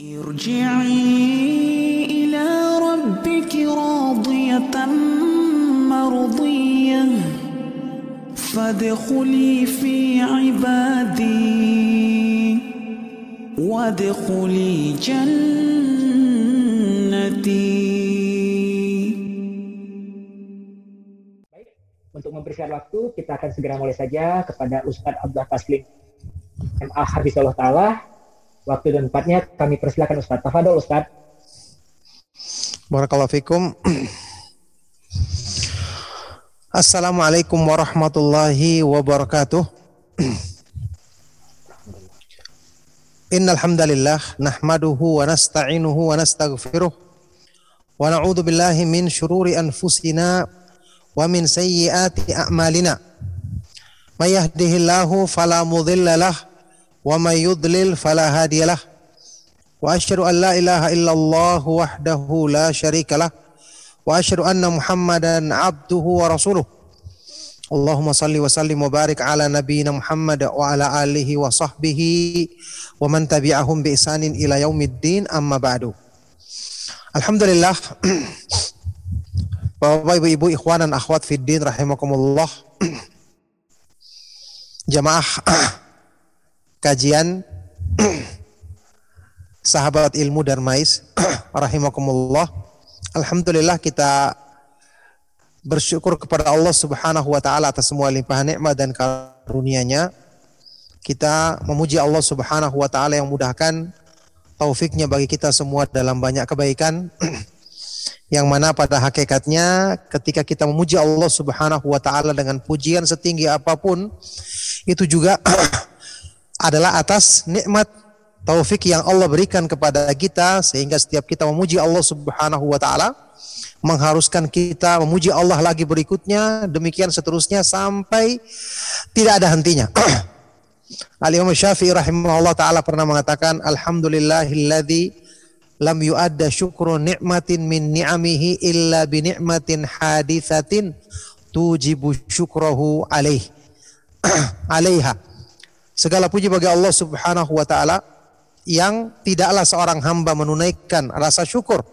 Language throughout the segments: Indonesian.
ارجعي إلى ربك راضية مرضية فادخلي في عبادي وادخلي جنتي. Baik, untuk mempersingkat waktu, kita akan segera mulai saja kepada Ustadz Abdullah Taslim MA Hafizahullah Ta'ala. Waktu dan tempatnya kami persilakan Ustadz. Tafadhol Ustadz. Barakallahu fikum. Assalamualaikum warahmatullahi wabarakatuh. Innal hamdalillah nahmaduhu wa nasta'inuhu wa nastaghfiruh wa na'udzu billahi min syururi anfusina wa min sayyiati a'malina. May yahdihillahu fala mudilla lahu wa may yudlil fala hadiyalah. Wa asyhadu an la ilaha illallah wahdahu la syarikalah wa asyhadu anna Muhammadan abduhu wa rasuluh. Allahumma salli wa sallim wa barik ala nabiyyina Muhammad wa ala alihi wa sahbihi wa man tabi'ahum bi ihsanin ila yaumiddin, amma ba'du. Alhamdulillah, Bapak Ibu ikhwan dan akhwat fiddin rahimakumullah. Jamaah kajian sahabat ilmu Darmais rahimakumullah. Alhamdulillah, kita bersyukur kepada Allah Subhanahu wa taala atas semua limpahan nikmat dan karunia-Nya. Kita memuji Allah Subhanahu wa taala yang mudahkan taufiknya bagi kita semua dalam banyak kebaikan. Yang mana pada hakikatnya ketika kita memuji Allah Subhanahu wa taala dengan pujian setinggi apapun, itu juga adalah atas nikmat taufik yang Allah berikan kepada kita, sehingga setiap kita memuji Allah Subhanahu wa taala mengharuskan kita memuji Allah lagi berikutnya, demikian seterusnya sampai tidak ada hentinya. Al-Imam Syafi'i rahimahullah taala pernah mengatakan, alhamdulillahilladzi lam yu'adda syukru ni'matin min ni'amihi illa bi ni'matin hadithatin tujibu syukrahu alaiha. Segala puji bagi Allah Subhanahu wa taala yang tidaklah seorang hamba menunaikan rasa syukur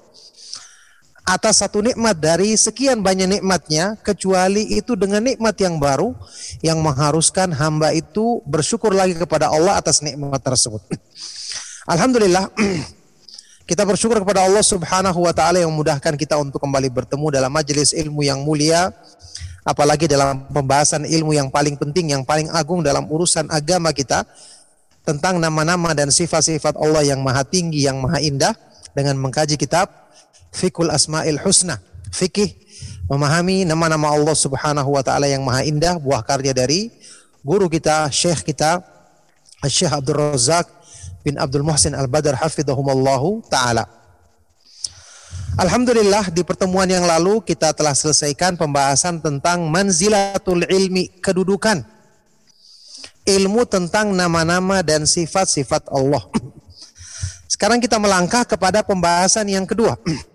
atas satu nikmat dari sekian banyak nikmatnya, kecuali itu dengan nikmat yang baru yang mengharuskan hamba itu bersyukur lagi kepada Allah atas nikmat tersebut. Alhamdulillah, kita bersyukur kepada Allah Subhanahu wa taala yang memudahkan kita untuk kembali bertemu dalam majelis ilmu yang mulia, apalagi dalam pembahasan ilmu yang paling penting, yang paling agung dalam urusan agama kita, tentang nama-nama dan sifat-sifat Allah yang maha tinggi, yang maha indah, dengan mengkaji kitab Fiqhul Asma'il Husna, fikih memahami nama-nama Allah Subhanahu wa taala yang maha indah, buah karya dari guru kita, syekh kita, Syekh Abdul Razak bin Abdul Muhsin Al-Badr hafidhahumallahu taala. Alhamdulillah, di pertemuan yang lalu kita telah selesaikan pembahasan tentang manzilatul ilmi, kedudukan ilmu tentang nama-nama dan sifat-sifat Allah. Sekarang kita melangkah kepada pembahasan yang kedua.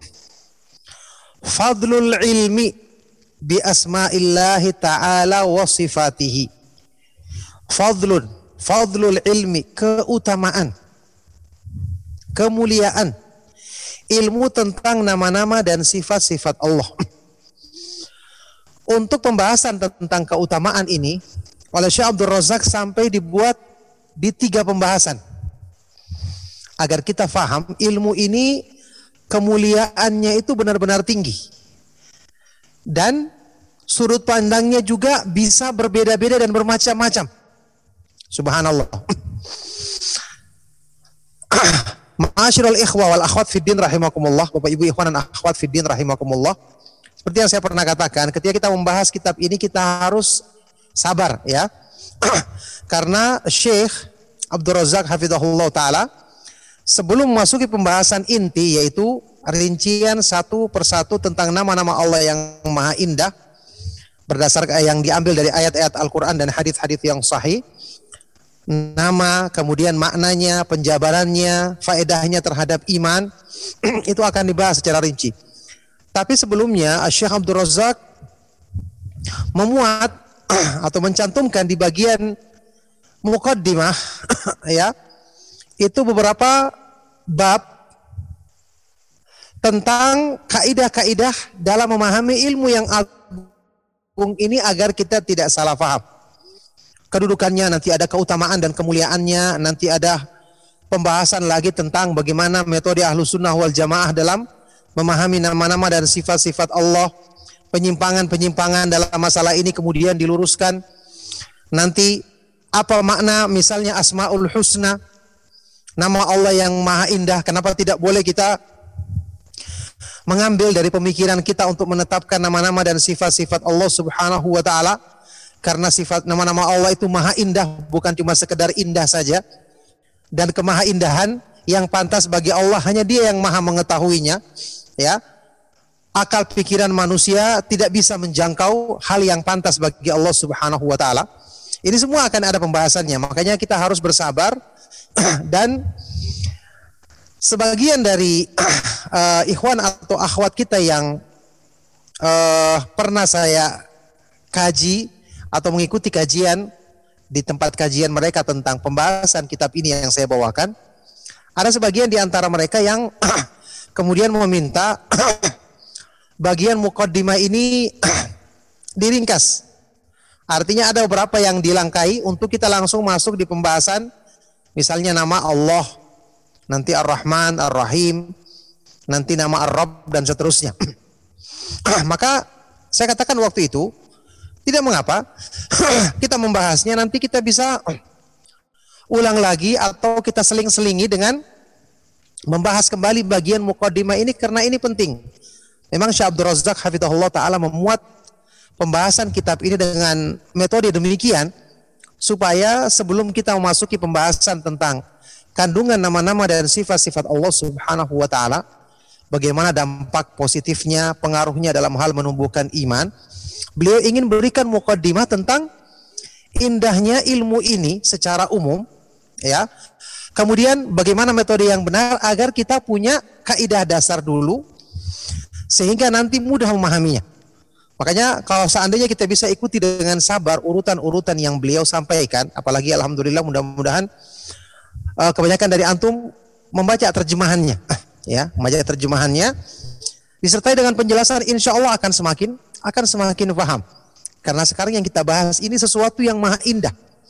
Fadlul ilmi bi asma'illahi ta'ala wa sifatihi. Fadlul ilmi, keutamaan, kemuliaan ilmu tentang nama-nama dan sifat-sifat Allah. Untuk pembahasan tentang keutamaan ini oleh Syekh Abdul Razak sampai dibuat di 3 pembahasan, agar kita faham ilmu ini kemuliaannya itu benar-benar tinggi, dan sudut pandangnya juga bisa berbeda-beda dan bermacam-macam. Subhanallah. Ma'asyiral ikhwa wal akhwat fiddin rahimakumullah, Bapak Ibu ikhwan dan akhwat fiddin rahimakumullah. Seperti yang saya pernah katakan, ketika kita membahas kitab ini kita harus sabar ya. Karena Syekh Abdul Razak hafizahullah taala sebelum memasuki pembahasan inti, yaitu rincian satu persatu tentang nama-nama Allah yang maha indah berdasarkan yang diambil dari ayat-ayat Al-Quran dan hadis-hadis yang sahih, nama, kemudian maknanya, penjabarannya, faedahnya terhadap iman, itu akan dibahas secara rinci. Tapi sebelumnya Syekh Abdul Razak memuat atau mencantumkan di bagian muqaddimah ya, itu beberapa bab tentang kaidah-kaidah dalam memahami ilmu yang agung ini agar kita tidak salah paham. Kedudukannya, nanti ada keutamaan dan kemuliaannya, nanti ada pembahasan lagi tentang bagaimana metode Ahlus Sunnah wal Jamaah dalam memahami nama-nama dan sifat-sifat Allah. Penyimpangan-penyimpangan dalam masalah ini kemudian diluruskan. Nanti apa makna misalnya Asmaul Husna, nama Allah yang maha indah, kenapa tidak boleh kita mengambil dari pemikiran kita untuk menetapkan nama-nama dan sifat-sifat Allah Subhanahu wa taala, karena sifat nama-nama Allah itu maha indah, bukan cuma sekedar indah saja, dan kemahaindahan yang pantas bagi Allah hanya Dia yang maha mengetahuinya, ya. Akal pikiran manusia tidak bisa menjangkau hal yang pantas bagi Allah Subhanahu wa taala. Ini semua akan ada pembahasannya, makanya kita harus bersabar. Dan sebagian dari ikhwan atau akhwat kita yang pernah saya kaji atau mengikuti kajian di tempat kajian mereka tentang pembahasan kitab ini yang saya bawakan, ada sebagian di antara mereka yang kemudian meminta bagian muqaddimah ini diringkas. Artinya ada beberapa yang dilangkai untuk kita langsung masuk di pembahasan, misalnya nama Allah, nanti Ar-Rahman, Ar-Rahim, nanti nama Ar-Rabb dan seterusnya. Maka saya katakan waktu itu tidak mengapa kita membahasnya, nanti kita bisa ulang lagi atau kita seling-selingi dengan membahas kembali bagian muqaddimah ini, karena ini penting. Memang Syekh Abdul Razak hafizahullah taala memuat pembahasan kitab ini dengan metode demikian supaya sebelum kita memasuki pembahasan tentang kandungan nama-nama dan sifat-sifat Allah Subhanahu wa taala, bagaimana dampak positifnya, pengaruhnya dalam hal menumbuhkan iman, beliau ingin berikan muqaddimah tentang indahnya ilmu ini secara umum, ya. Kemudian bagaimana metode yang benar agar kita punya kaidah dasar dulu sehingga nanti mudah memahaminya. Makanya kalau seandainya kita bisa ikuti dengan sabar urutan-urutan yang beliau sampaikan, apalagi alhamdulillah mudah-mudahan kebanyakan dari antum membaca terjemahannya, ya, membaca terjemahannya disertai dengan penjelasan, insya Allah akan semakin paham. Karena sekarang yang kita bahas ini sesuatu yang maha indah,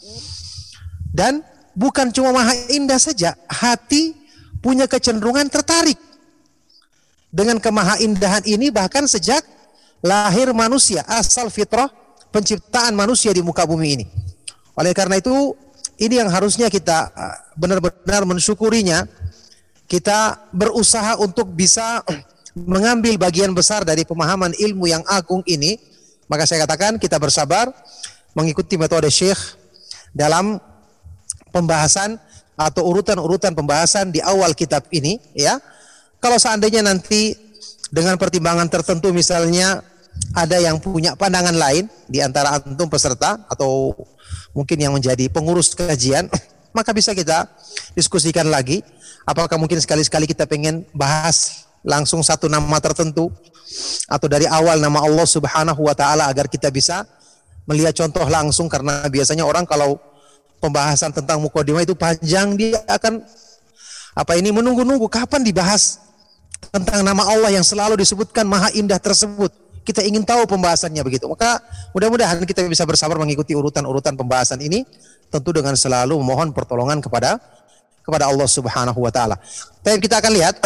dan bukan cuma maha indah saja, hati punya kecenderungan tertarik dengan kemahaindahan ini bahkan sejak lahir manusia, asal fitrah penciptaan manusia di muka bumi ini. Oleh karena itu, ini yang harusnya kita benar-benar mensyukurinya. Kita berusaha untuk bisa mengambil bagian besar dari pemahaman ilmu yang agung ini. Maka saya katakan kita bersabar mengikuti metode Syekh dalam pembahasan atau urutan-urutan pembahasan di awal kitab ini, ya. Kalau seandainya nanti dengan pertimbangan tertentu, misalnya ada yang punya pandangan lain di antara antum peserta atau mungkin yang menjadi pengurus kajian, maka bisa kita diskusikan lagi. Apakah mungkin sekali-sekali kita pengen bahas langsung satu nama tertentu atau dari awal nama Allah Subhanahu wa taala agar kita bisa melihat contoh langsung, karena biasanya orang kalau pembahasan tentang muqaddimah itu panjang, dia akan menunggu-nunggu kapan dibahas tentang nama Allah yang selalu disebutkan maha indah tersebut. Kita ingin tahu pembahasannya begitu. Maka mudah-mudahan kita bisa bersabar mengikuti urutan-urutan pembahasan ini, tentu dengan selalu memohon pertolongan kepada Allah Subhanahu wa taala. Baik, kita akan lihat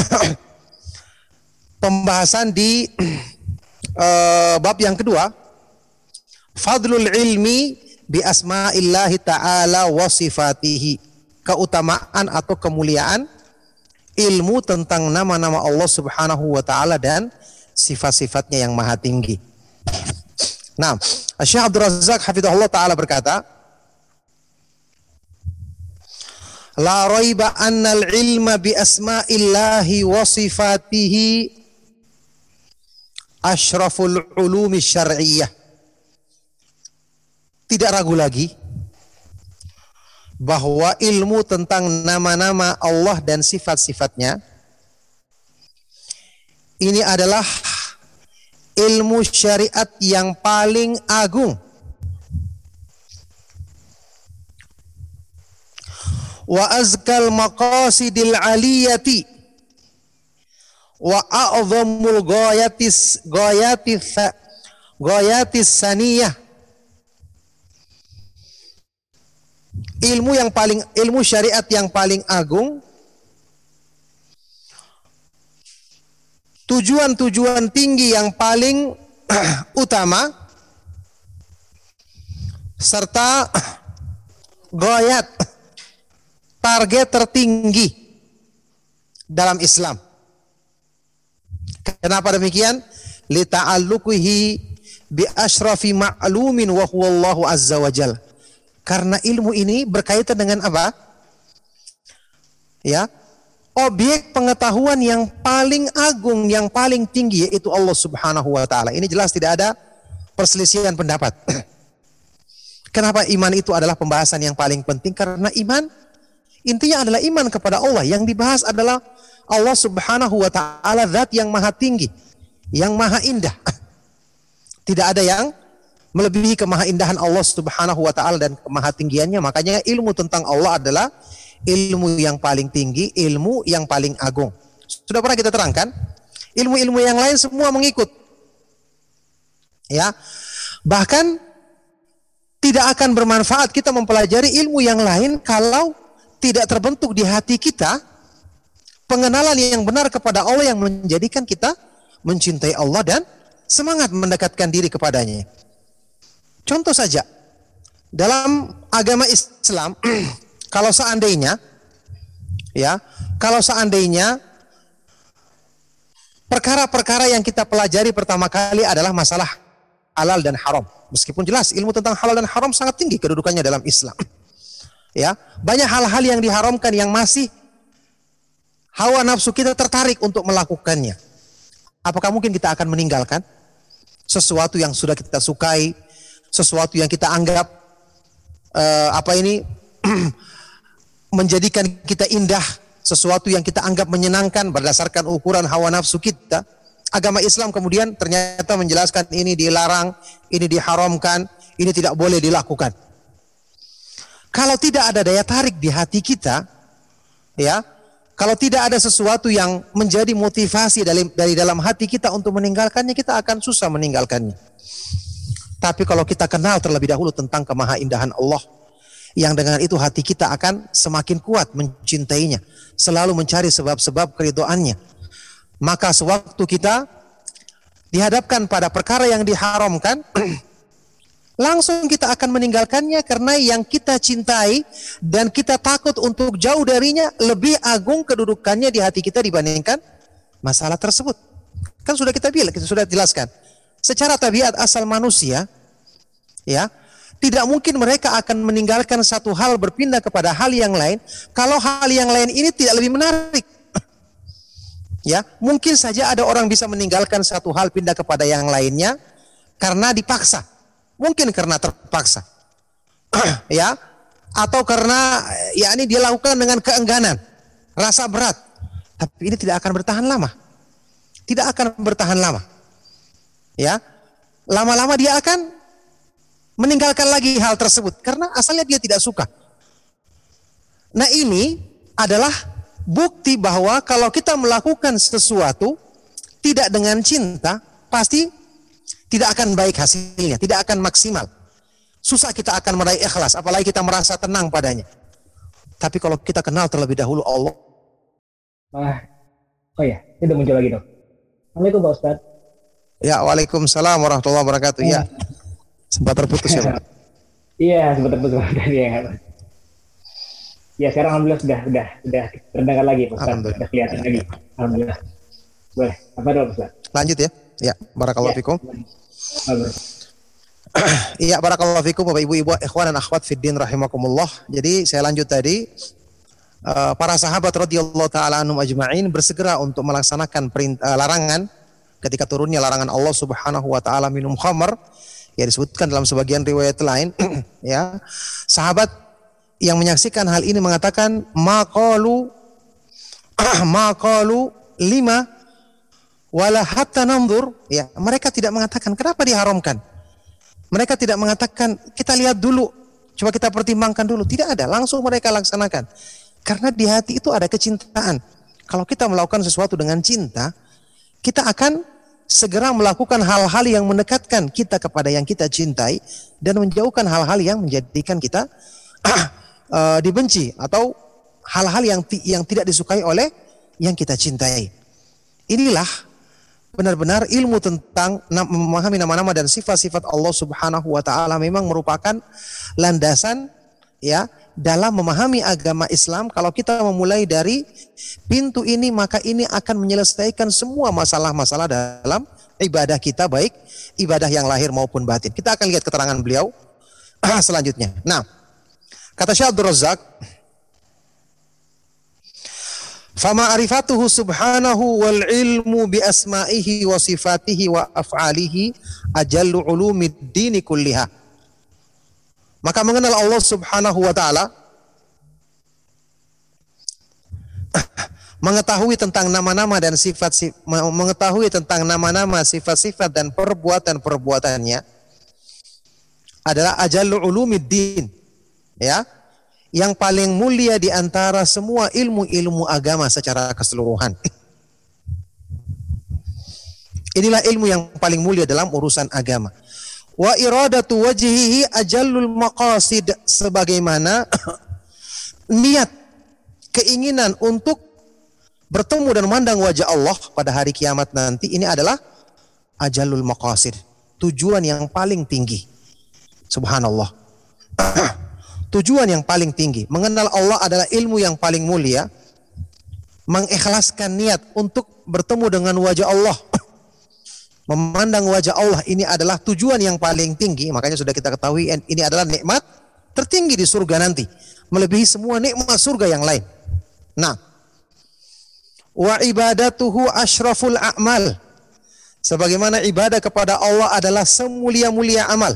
pembahasan di bab yang kedua, fadlul ilmi bi asma'illahi ta'ala wa sifatihi, keutamaan atau kemuliaan ilmu tentang nama-nama Allah Subhanahu wa taala dan sifat-sifatnya yang maha tinggi. Nah, Syekh Abdul Razak hafizahullah taala berkata, la raiba annal ilma bi asma'illahi wa sifatihi asyraful ulumi syar'iyyah. Tidak ragu lagi bahwa ilmu tentang nama-nama Allah dan sifat-sifatnya ini adalah ilmu syariat yang paling agung. wa azkal maqasidil aliyati wa a'zamul ghayatis saniyah. Ilmu syariat yang paling agung, tujuan-tujuan tinggi yang paling utama, serta ghayat, target tertinggi dalam Islam. Kenapa demikian? Li ta'alluqihi bi asyrafi ma'lumin wa huwa Allahu azza wa jalla. Karena ilmu ini berkaitan dengan apa? Ya, objek pengetahuan yang paling agung, yang paling tinggi, yaitu Allah Subhanahu wa taala. Ini jelas tidak ada perselisihan pendapat. Kenapa iman itu adalah pembahasan yang paling penting? Karena iman intinya adalah iman kepada Allah. Yang dibahas adalah Allah Subhanahu wa taala, zat yang maha tinggi, yang maha indah. Tidak ada yang melebihi kemahaindahan Allah Subhanahu wa taala dan kemahatinggiannya. Makanya ilmu tentang Allah adalah ilmu yang paling tinggi, ilmu yang paling agung. Sudah pernah kita terangkan, ilmu-ilmu yang lain semua mengikut. Ya. Bahkan tidak akan bermanfaat kita mempelajari ilmu yang lain kalau tidak terbentuk di hati kita pengenalan yang benar kepada Allah yang menjadikan kita mencintai Allah dan semangat mendekatkan diri kepadanya. Contoh saja, dalam agama Islam, kalau seandainya perkara-perkara yang kita pelajari pertama kali adalah masalah halal dan haram. Meskipun jelas ilmu tentang halal dan haram sangat tinggi kedudukannya dalam Islam. Ya, banyak hal-hal yang diharamkan yang masih hawa nafsu kita tertarik untuk melakukannya. Apakah mungkin kita akan meninggalkan sesuatu yang sudah kita sukai, sesuatu yang kita anggap menjadikan kita indah, sesuatu yang kita anggap menyenangkan berdasarkan ukuran hawa nafsu kita? Agama Islam kemudian ternyata menjelaskan ini dilarang, ini diharamkan, ini tidak boleh dilakukan. Kalau tidak ada daya tarik di hati kita, ya, kalau tidak ada sesuatu yang menjadi motivasi dari dalam hati kita untuk meninggalkannya, kita akan susah meninggalkannya. Tapi kalau kita kenal terlebih dahulu tentang kemahaindahan Allah, yang dengan itu hati kita akan semakin kuat mencintainya, selalu mencari sebab-sebab keridhoannya. Maka sewaktu kita dihadapkan pada perkara yang diharamkan, langsung kita akan meninggalkannya karena yang kita cintai dan kita takut untuk jauh darinya lebih agung kedudukannya di hati kita dibandingkan masalah tersebut. Kan sudah kita sudah jelaskan. Secara tabiat asal manusia, ya, tidak mungkin mereka akan meninggalkan satu hal berpindah kepada hal yang lain kalau hal yang lain ini tidak lebih menarik. Ya, mungkin saja ada orang bisa meninggalkan satu hal pindah kepada yang lainnya karena dipaksa. Mungkin karena terpaksa. Ya, atau karena ini dia lakukan dengan keengganan, rasa berat. Tapi ini tidak akan bertahan lama. Tidak akan bertahan lama. Ya, lama-lama dia akan meninggalkan lagi hal tersebut karena asalnya dia tidak suka. Nah, ini adalah bukti bahwa kalau kita melakukan sesuatu tidak dengan cinta, pasti tidak akan baik hasilnya, tidak akan maksimal. Susah kita akan meraih ikhlas, apalagi kita merasa tenang padanya. Tapi kalau kita kenal terlebih dahulu Allah. Oh ya, ini udah muncul lagi dong. Assalamualaikum Pak Ustadz. Ya, waalaikumsalam warahmatullahi wabarakatuh. Ya, sempat terputus ya Pak. Iya, sempat terputus. Ya, sekarang alhamdulillah sudah terdengar lagi Pak Ustadz. Sudah kelihatan lagi. Alhamdulillah. Boleh, apa dulu Ustadz? Lanjut ya. Ya, barakallahu fikum. Iya, barakallahu fikum Bapak Ibu, ikhwan dan akhwat fiddin rahimakumullah. Jadi saya lanjut tadi, para sahabat radhiyallahu taala anhum ajma'in bersegera untuk melaksanakan larangan ketika turunnya larangan Allah Subhanahu wa taala minum khamr, ya disebutkan dalam sebagian riwayat lain. Ya, sahabat yang menyaksikan hal ini mengatakan maqalu lima wala hatta nanzur. Ya, mereka tidak mengatakan kenapa diharamkan. Mereka tidak mengatakan kita lihat dulu Coba kita pertimbangkan dulu. Tidak ada, langsung mereka laksanakan. Karena di hati itu ada kecintaan. Kalau kita melakukan sesuatu dengan cinta, kita akan segera melakukan hal-hal yang mendekatkan kita kepada yang kita cintai dan menjauhkan hal-hal yang menjadikan kita dibenci atau hal-hal yang tidak disukai oleh yang kita cintai. Inilah benar-benar ilmu tentang memahami nama-nama dan sifat-sifat Allah Subhanahu wa taala memang merupakan landasan ya dalam memahami agama Islam. Kalau kita memulai dari pintu ini, maka ini akan menyelesaikan semua masalah-masalah dalam ibadah kita, baik ibadah yang lahir maupun batin. Kita akan lihat keterangan beliau selanjutnya. Nah, kata Syekh Abdul Razak, fama arifatuhu subhanahu wal ilmu bi asma'ihi wa sifatihi wa af'alihi ajallu ulumid dini kulliha. Maka mengenal Allah Subhanahu wa taala, mengetahui tentang nama-nama dan mengetahui tentang nama-nama, sifat-sifat dan perbuatan-perbuatannya adalah ajallu ulumiddin, ya, yang paling mulia di antara semua ilmu-ilmu agama secara keseluruhan. Inilah ilmu yang paling mulia dalam urusan agama. Wa iradatu wajhihi ajallul maqasid, sebagaimana niat, keinginan untuk bertemu dan memandang wajah Allah pada hari kiamat nanti, ini adalah ajallul maqasid, tujuan yang paling tinggi. Subhanallah. Tujuan yang paling tinggi. Mengenal Allah adalah ilmu yang paling mulia. Mengikhlaskan niat untuk bertemu dengan wajah Allah, memandang wajah Allah, ini adalah tujuan yang paling tinggi. Makanya sudah kita ketahui ini adalah nikmat tertinggi di surga nanti, melebihi semua nikmat surga yang lain. Nah, wa ibadatuhu asyraful a'mal, sebagaimana ibadah kepada Allah adalah semulia-mulia amal.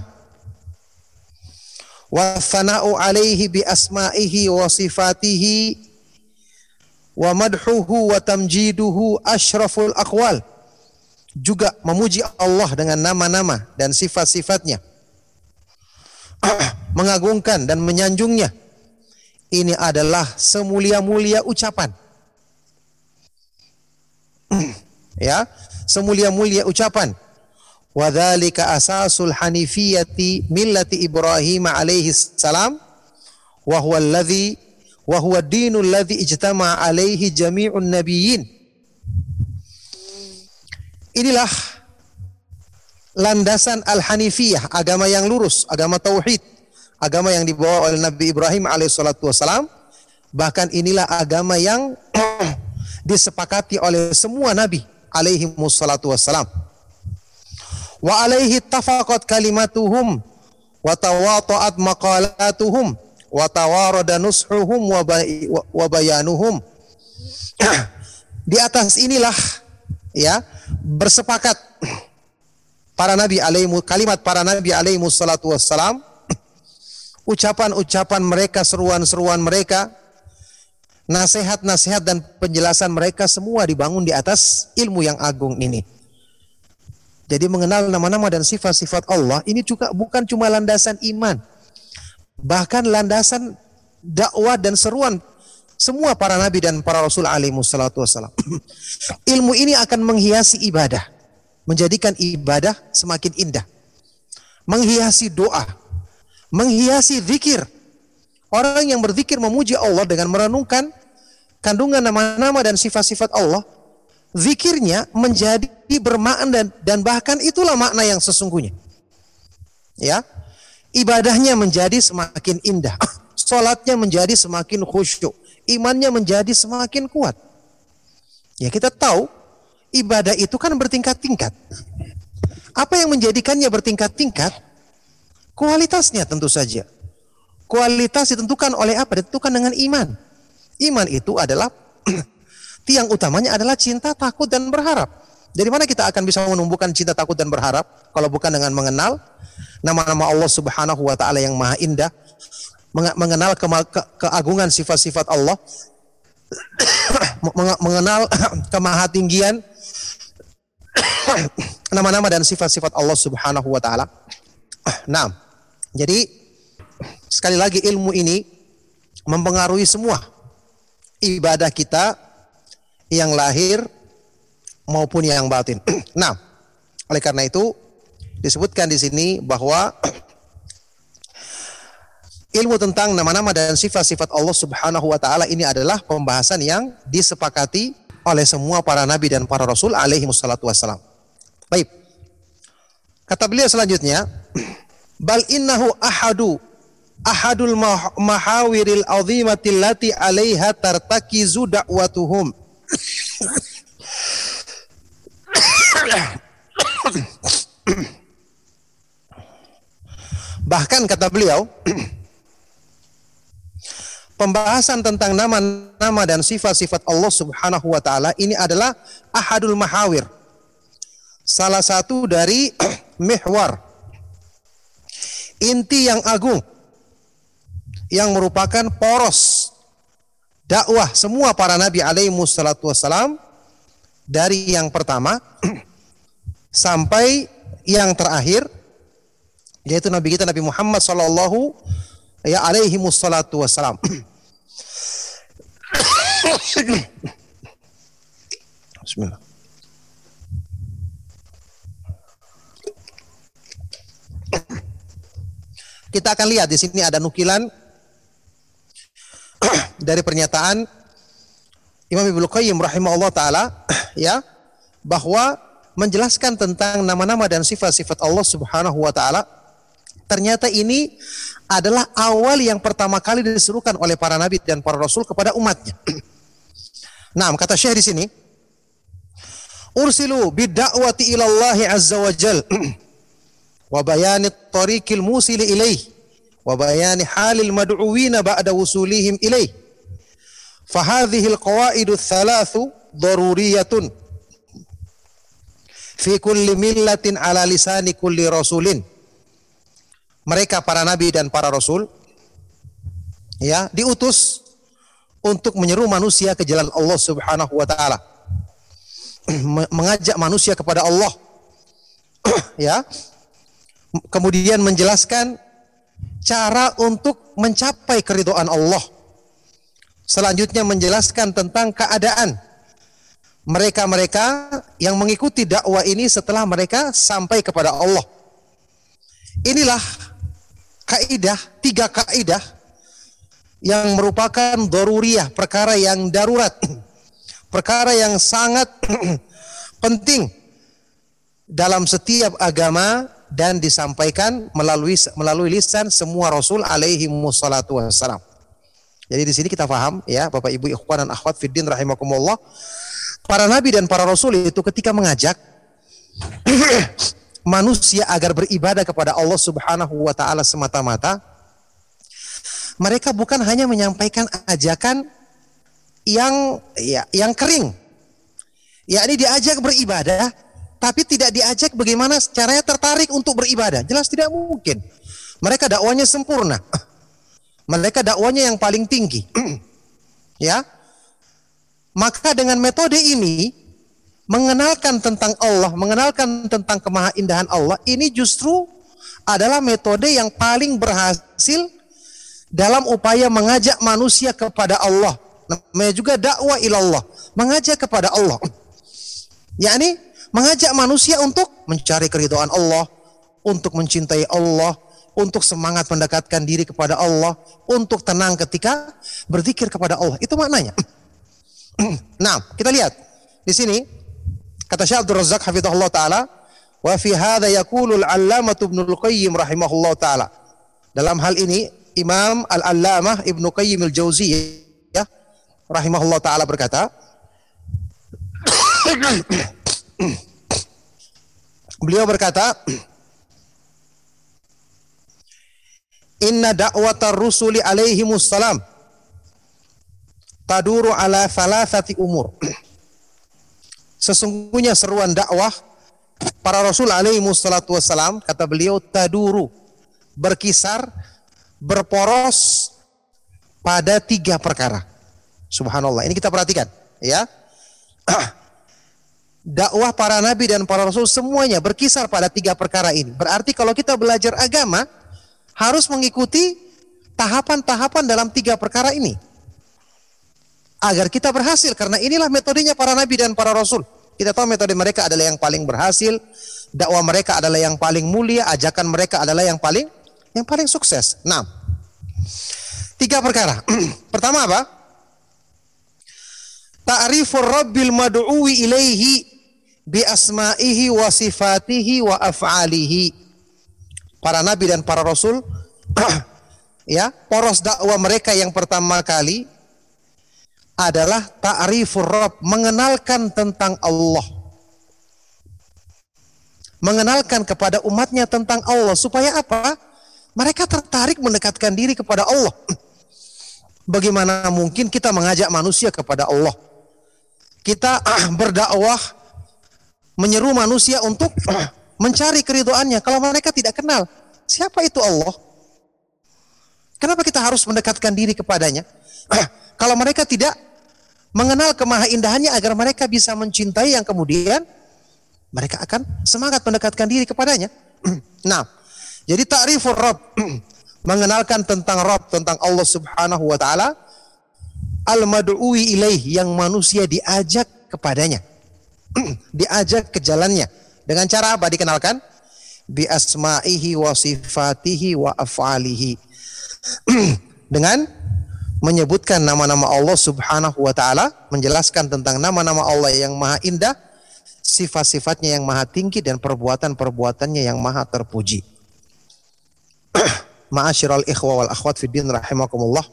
Wa thana'u alaihi bi asma'ihi wa sifatihi wa madhuhu wa tamjiduhu asyraful aqwal, juga memuji Allah dengan nama-nama dan sifat-sifatnya, mengagungkan dan menyanjungnya, ini adalah semulia-mulia ucapan. Ya, semulia-mulia ucapan. Wa dzalika asasul hanifiyati millati Ibrahim alaihi salam wa huwa dinul ladzi ijtama'a alaihi jami'un nabiyyin. Inilah landasan al-hanifiyah, agama yang lurus, agama tauhid, agama yang dibawa oleh Nabi Ibrahim alaihi salatu wasalam. Bahkan inilah agama yang disepakati oleh semua nabi alaihi wassalatu wassalam. Wa alaihi tafaqat kalimatuhum wa tawata'at maqalatuhum wa tawarada nushuhum wa bayanuhum. Di atas inilah ya bersepakat para nabi kalimat para nabi alaihi wassalatu wassalam, ucapan-ucapan mereka, seruan-seruan mereka, nasihat-nasihat dan penjelasan mereka semua dibangun di atas ilmu yang agung ini. Jadi mengenal nama-nama dan sifat-sifat Allah ini juga bukan cuma landasan iman, bahkan landasan dakwah dan seruan semua para nabi dan para rasul alaihi wassalatu wassalam. Ilmu ini akan menghiasi ibadah, menjadikan ibadah semakin indah, menghiasi doa, menghiasi zikir. Orang yang berzikir memuji Allah dengan merenungkan kandungan nama-nama dan sifat-sifat Allah, zikirnya menjadi bermakna dan bahkan itulah makna yang sesungguhnya. Ya, ibadahnya menjadi semakin indah, salatnya menjadi semakin khusyuk, imannya menjadi semakin kuat. Ya, kita tahu ibadah itu kan bertingkat-tingkat. Apa yang menjadikannya bertingkat-tingkat? Kualitasnya tentu saja. Kualitas ditentukan oleh apa? Ditentukan dengan iman. Iman itu adalah tiang utamanya adalah cinta, takut, dan berharap. Dari mana kita akan bisa menumbuhkan cinta, takut, dan berharap kalau bukan dengan mengenal nama-nama Allah Subhanahu wa taala yang maha indah, mengenal keagungan sifat-sifat Allah, mengenal kemahatinggian nama-nama dan sifat-sifat Allah Subhanahu wa taala. Nah, jadi sekali lagi ilmu ini mempengaruhi semua ibadah kita yang lahir maupun yang batin. Nah, oleh karena itu disebutkan di sini bahwa ilmu tentang nama-nama dan sifat-sifat Allah Subhanahu wa taala ini adalah pembahasan yang disepakati oleh semua para nabi dan para rasul alaihi wassalatu wassalam. Baik. Kata beliau selanjutnya, bal innahu ahadul mahawiril azimatil lati 'alaiha tartakizu da'watuhum. Bahkan kata beliau, pembahasan tentang nama-nama dan sifat-sifat Allah Subhanahu wa taala ini adalah ahadul mahawir. Salah satu dari mihwar, inti yang agung yang merupakan poros dakwah semua para nabi alaihi wassalatu wassalam, dari yang pertama sampai yang terakhir, yaitu nabi kita Nabi Muhammad sallallahu alaihi wassalatu wassalam. Bismillah. Kita akan lihat di sini ada nukilan dari pernyataan Imam Ibnu Qayyim rahimahullah taala, ya, bahwa menjelaskan tentang nama-nama dan sifat-sifat Allah Subhanahu wa taala, ternyata ini adalah awal yang pertama kali diserukan oleh para nabi dan para rasul kepada umatnya. Nah, kata Syekh di sini, ursilu bid-da'wati ila Allah azza wa jal wa bayani tariqil musili ilaih wa bayani halil mad'uwina ba'da wusulihim ilaih. Fahadhihi al-qawaidu thalathu daruriyatun fi kulli millatin ala lisani kulli rasulin. Mereka para nabi dan para rasul, ya, diutus untuk menyeru manusia ke jalan Allah Subhanahu wa taala, mengajak manusia kepada Allah, ya, kemudian menjelaskan cara untuk mencapai keridhaan Allah. Selanjutnya menjelaskan tentang keadaan mereka-mereka yang mengikuti dakwah ini setelah mereka sampai kepada Allah. Inilah kaidah, 3 kaidah yang merupakan daruriyah, perkara yang darurat, perkara yang sangat penting dalam setiap agama dan disampaikan melalui lisan semua rasul alaihi wassalatu wassalam. Jadi di sini kita paham, ya, Bapak Ibu ikhwan dan akhwat fiddin rahimakumullah, para nabi dan para rasul itu ketika mengajak manusia agar beribadah kepada Allah Subhanahu wa taala semata-mata, mereka bukan hanya menyampaikan ajakan yang kering, yakni diajak beribadah tapi tidak diajak bagaimana caranya tertarik untuk beribadah. Jelas tidak mungkin. Mereka dakwanya sempurna. Mereka dakwanya yang paling tinggi. Ya. Maka dengan metode ini, mengenalkan tentang Allah, mengenalkan tentang kemahaindahan Allah, ini justru adalah metode yang paling berhasil dalam upaya mengajak manusia kepada Allah. Namanya juga dakwah ilallah, mengajak kepada Allah. Yakni mengajak manusia untuk mencari keridhaan Allah, untuk mencintai Allah, untuk semangat mendekatkan diri kepada Allah, untuk tenang ketika berzikir kepada Allah. Itu maknanya. Nah, kita lihat di sini kata Syekh Abdul Razzaq hafizahullah taala, wa fi hadza yaqulu al-'allamah Ibnu Qayyim rahimahullah taala. Dalam hal ini Imam Al-Allamah Ibnu Qayyim Al-Jauziyah rahimahullah taala berkata, beliau berkata, inna da'watar rusuli alaihimus salam taduru ala thalathati umur. Sesungguhnya seruan dakwah para rasul alaihimus salatu wassalam, kata beliau, taduru, berkisar, berporos pada 3 perkara. Subhanallah. Ini kita perhatikan, ya. Dakwah para nabi dan para rasul semuanya berkisar pada 3 perkara ini. Berarti kalau kita belajar agama harus mengikuti tahapan-tahapan dalam 3 perkara ini agar kita berhasil, karena inilah metodenya para nabi dan para rasul. Kita tahu metode mereka adalah yang paling berhasil, dakwah mereka adalah yang paling mulia, ajakan mereka adalah yang paling sukses. Nah, 3 perkara. Pertama apa? Ta'rifur rabbil mad'uwi ilaihi bi asma'ihi wa sifatihi wa af'alihi. Para nabi dan para rasul ya, poros dakwah mereka yang pertama kali adalah ta'rifur rabb, mengenalkan tentang Allah. Mengenalkan kepada umatnya tentang Allah, supaya apa? Mereka tertarik mendekatkan diri kepada Allah. Bagaimana mungkin kita mengajak manusia kepada Allah? Kita berdakwah, menyeru manusia untuk mencari keridhaannya kalau mereka tidak kenal siapa itu Allah. Kenapa kita harus mendekatkan diri kepadanya? Kalau mereka tidak mengenal kemahaindahannya agar mereka bisa mencintai, yang kemudian mereka akan semangat mendekatkan diri kepadanya. Nah, jadi ta'rifur Rabb, mengenalkan tentang Rabb, tentang Allah Subhanahu wa taala, al-mad'uwi ilaih, yang manusia diajak kepadanya. Diajak ke jalannya. Dengan cara apa dikenalkan? Bi asma'ihi wa sifatihi wa af'alihi. Dengan menyebutkan nama-nama Allah Subhanahu wa taala, menjelaskan tentang nama-nama Allah yang maha indah, sifat-sifatnya yang maha tinggi, dan perbuatan-perbuatannya yang maha terpuji. Ma'asyiral ikhwa wal akhwat fid din rahimakumullah.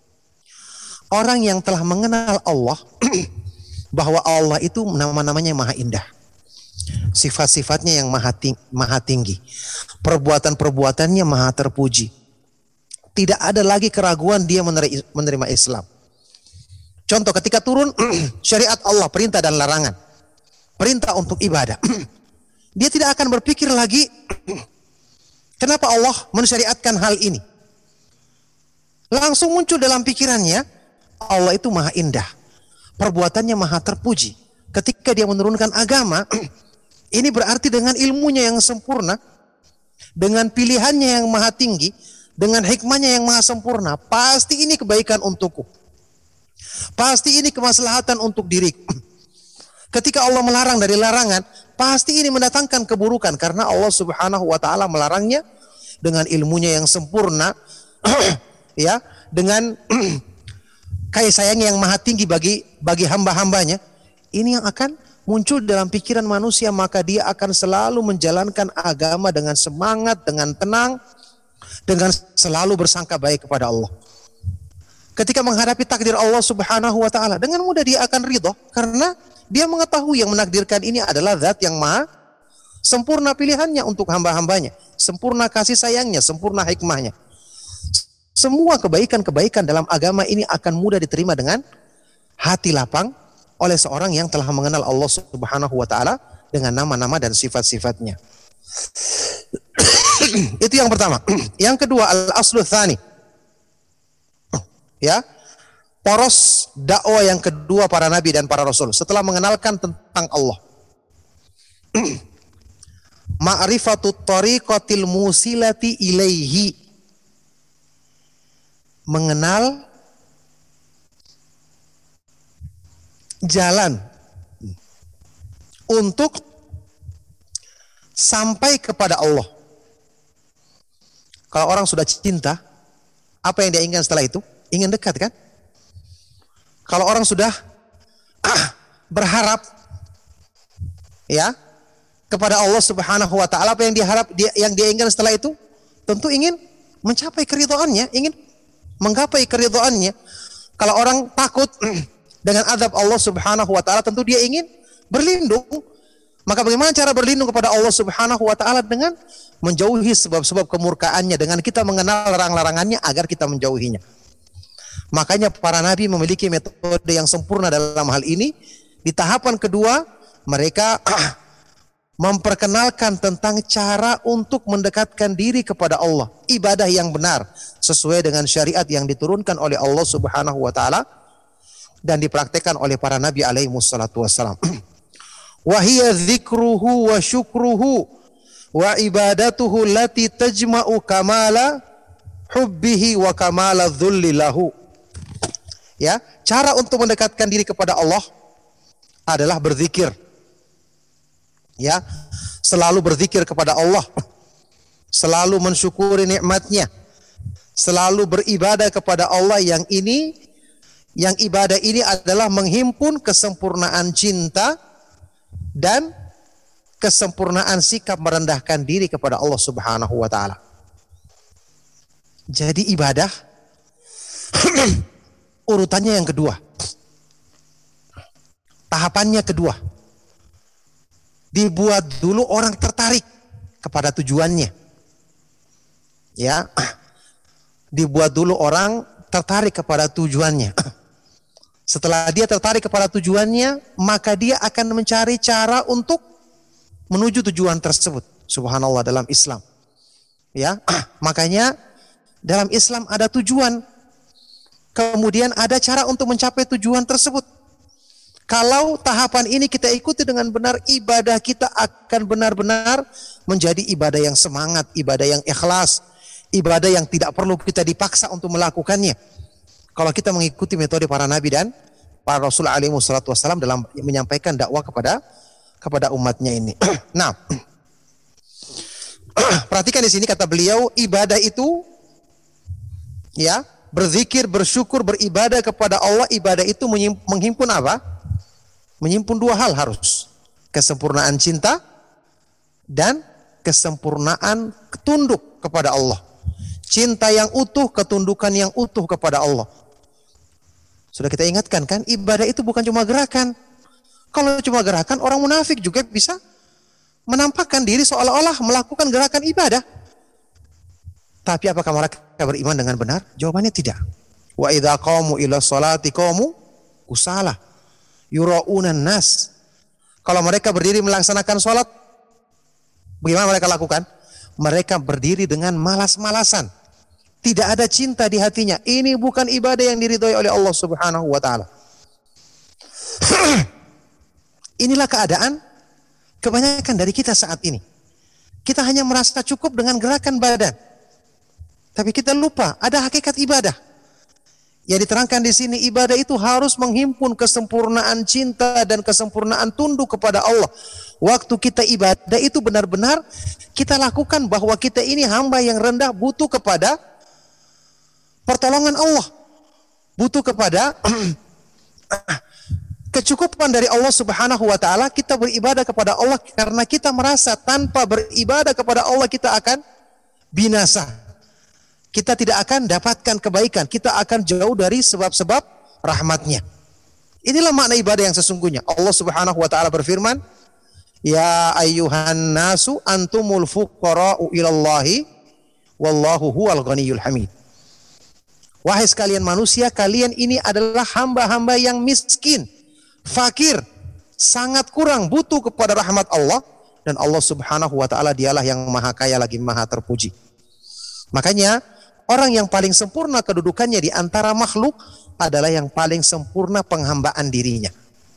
Orang yang telah mengenal Allah bahwa Allah itu nama-namanya maha indah, sifat-sifatnya yang maha tinggi, perbuatan-perbuatannya maha terpuji, tidak ada lagi keraguan dia menerima Islam. Contoh, ketika turun syariat Allah, perintah dan larangan, perintah untuk ibadah, dia tidak akan berpikir lagi kenapa Allah mensyariatkan hal ini. Langsung muncul dalam pikirannya, Allah itu maha indah, perbuatannya maha terpuji. Ketika dia menurunkan agama, ini berarti dengan ilmunya yang sempurna, dengan pilihannya yang maha tinggi, dengan hikmahnya yang maha sempurna, pasti ini kebaikan untukku, pasti ini kemaslahatan untuk diriku. Ketika Allah melarang dari larangan, pasti ini mendatangkan keburukan, karena Allah Subhanahu wa taala melarangnya dengan ilmunya yang sempurna, ya, dengan kasih sayangnya yang maha tinggi bagi hamba-hambanya. Ini yang akan muncul dalam pikiran manusia, maka dia akan selalu menjalankan agama dengan semangat, dengan tenang, dengan selalu bersangka baik kepada Allah. Ketika menghadapi takdir Allah Subhanahu wa taala, dengan mudah dia akan ridha, karena dia mengetahui yang menakdirkan ini adalah zat yang maha sempurna pilihannya untuk hamba-hambanya, sempurna kasih sayangnya, sempurna hikmahnya. Semua kebaikan-kebaikan dalam agama ini akan mudah diterima dengan hati lapang oleh seorang yang telah mengenal Allah Subhanahu wa taala dengan nama-nama dan sifat-sifatnya. Itu yang pertama. Yang kedua, al-aslu tsani. Ya. Poros dakwah yang kedua para nabi dan para rasul setelah mengenalkan tentang Allah. Ma'rifatut tariqatil musilati ilaihi. Mengenal jalan untuk sampai kepada Allah. Kalau orang sudah cinta, apa yang dia inginkan setelah itu? Ingin dekat, kan? Kalau orang sudah berharap, ya, kepada Allah Subhanahu wa taala, apa yang yang dia inginkan setelah itu? Tentu ingin mencapai keridhaannya, ingin menggapai keridhaannya. Kalau orang takut dengan azab Allah Subhanahu wa taala, tentu dia ingin berlindung. Maka bagaimana cara berlindung kepada Allah Subhanahu wa taala? Dengan menjauhi sebab-sebab kemurkaannya, dengan kita mengenal larang-larangannya agar kita menjauhinya. Makanya para nabi memiliki metode yang sempurna dalam hal ini. Di tahapan kedua, mereka memperkenalkan tentang cara untuk mendekatkan diri kepada Allah, ibadah yang benar sesuai dengan syariat yang diturunkan oleh Allah Subhanahu wa taala dan dipraktekkan oleh para nabi alaihi wassalatu wassalam. Wa hiya dzikruhu wa syukruhu wa ibadatuhu allati tajma'u kamala hubbihi wa kamala dhulli lahu. Ya, cara untuk mendekatkan diri kepada Allah adalah berzikir. Ya, selalu berzikir kepada Allah. Selalu mensyukuri nikmatnya. Selalu beribadah kepada Allah yang ibadah ini adalah menghimpun kesempurnaan cinta dan kesempurnaan sikap merendahkan diri kepada Allah Subhanahu wa taala. Jadi ibadah urutannya yang kedua. Tahapannya kedua. Dibuat dulu orang tertarik kepada tujuannya. Ya. Dibuat dulu orang tertarik kepada tujuannya. Setelah dia tertarik kepada tujuannya, maka dia akan mencari cara untuk menuju tujuan tersebut. Subhanallah, dalam Islam. Ya, makanya dalam Islam ada tujuan. Kemudian ada cara untuk mencapai tujuan tersebut. Kalau tahapan ini kita ikuti dengan benar, ibadah kita akan benar-benar menjadi ibadah yang semangat, ibadah yang ikhlas, ibadah yang tidak perlu kita dipaksa untuk melakukannya. Kalau kita mengikuti metode para nabi dan para rasul alaihi wassalatu wassalam dalam menyampaikan dakwah kepada umatnya ini. Nah, perhatikan di sini kata beliau, ibadah itu ya, berzikir, bersyukur, beribadah kepada Allah, ibadah itu menghimpun apa? Menghimpun dua hal harus. Kesempurnaan cinta dan kesempurnaan tunduk kepada Allah. Cinta yang utuh, ketundukan yang utuh kepada Allah. Sudah kita ingatkan kan, ibadah itu bukan cuma gerakan. Kalau cuma gerakan, orang munafik juga bisa menampakkan diri seolah-olah melakukan gerakan ibadah. Tapi apakah mereka beriman dengan benar? Jawabannya tidak. Wa idza qamu ila sholati qamu kusala yura'unan nas. Kalau mereka berdiri melaksanakan sholat, bagaimana mereka lakukan? Mereka berdiri dengan malas-malasan. Tidak ada cinta di hatinya. Ini bukan ibadah yang diridhoi oleh Allah Subhanahu wa taala. Inilah keadaan kebanyakan dari kita saat ini. Kita hanya merasa cukup dengan gerakan badan. Tapi kita lupa ada hakikat ibadah. Yang diterangkan di sini, ibadah itu harus menghimpun kesempurnaan cinta dan kesempurnaan tunduk kepada Allah. Waktu kita ibadah itu benar-benar kita lakukan bahwa kita ini hamba yang rendah, butuh kepada pertolongan Allah. Butuh kepada kecukupan dari Allah Subhanahu wa taala. Kita beribadah kepada Allah karena kita merasa tanpa beribadah kepada Allah kita akan binasa. Kita tidak akan dapatkan kebaikan. Kita akan jauh dari sebab-sebab rahmatnya. Inilah makna ibadah yang sesungguhnya. Allah Subhanahu wa taala berfirman, "Ya ayyuhan nasu antumul fuqara'u ilallahi wallahu huwal ghaniyyul hamid." Wahai sekalian manusia, kalian ini adalah hamba-hamba yang miskin, fakir, sangat kurang butuh kepada rahmat Allah, dan Allah Subhanahu wa taala dialah yang maha kaya lagi maha terpuji. Makanya orang yang paling sempurna kedudukannya di antara makhluk adalah yang paling sempurna penghambaan dirinya.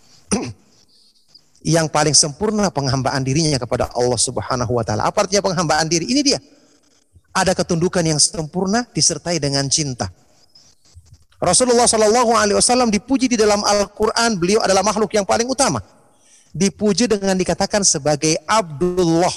Yang paling sempurna penghambaan dirinya kepada Allah Subhanahu wa taala. Apa artinya penghambaan diri? Ini dia. Ada ketundukan yang sempurna disertai dengan cinta. Rasulullah Shallallahu Alaihi Wasallam dipuji di dalam Al-Quran. Beliau adalah makhluk yang paling utama. Dipuji dengan dikatakan sebagai Abdullah,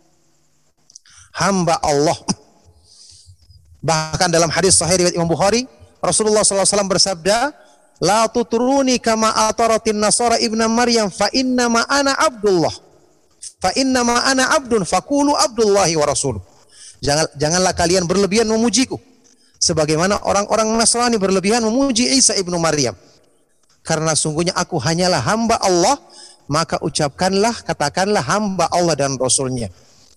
hamba Allah. Bahkan dalam hadis sahih riwayat Imam Bukhari, Rasulullah SAW bersabda, "La tutruni kama ataratin nasara ibna Maryam, fa inna ma ana Abdullah, fa inna ma ana Abdun, fakulu Abdullahi wa Rasuluh." Janganlah kalian berlebihan memujiku, sebagaimana orang-orang Nasrani berlebihan memuji Isa ibnu Maryam. Karena sungguhnya aku hanyalah hamba Allah, maka ucapkanlah, katakanlah hamba Allah dan Rasulnya.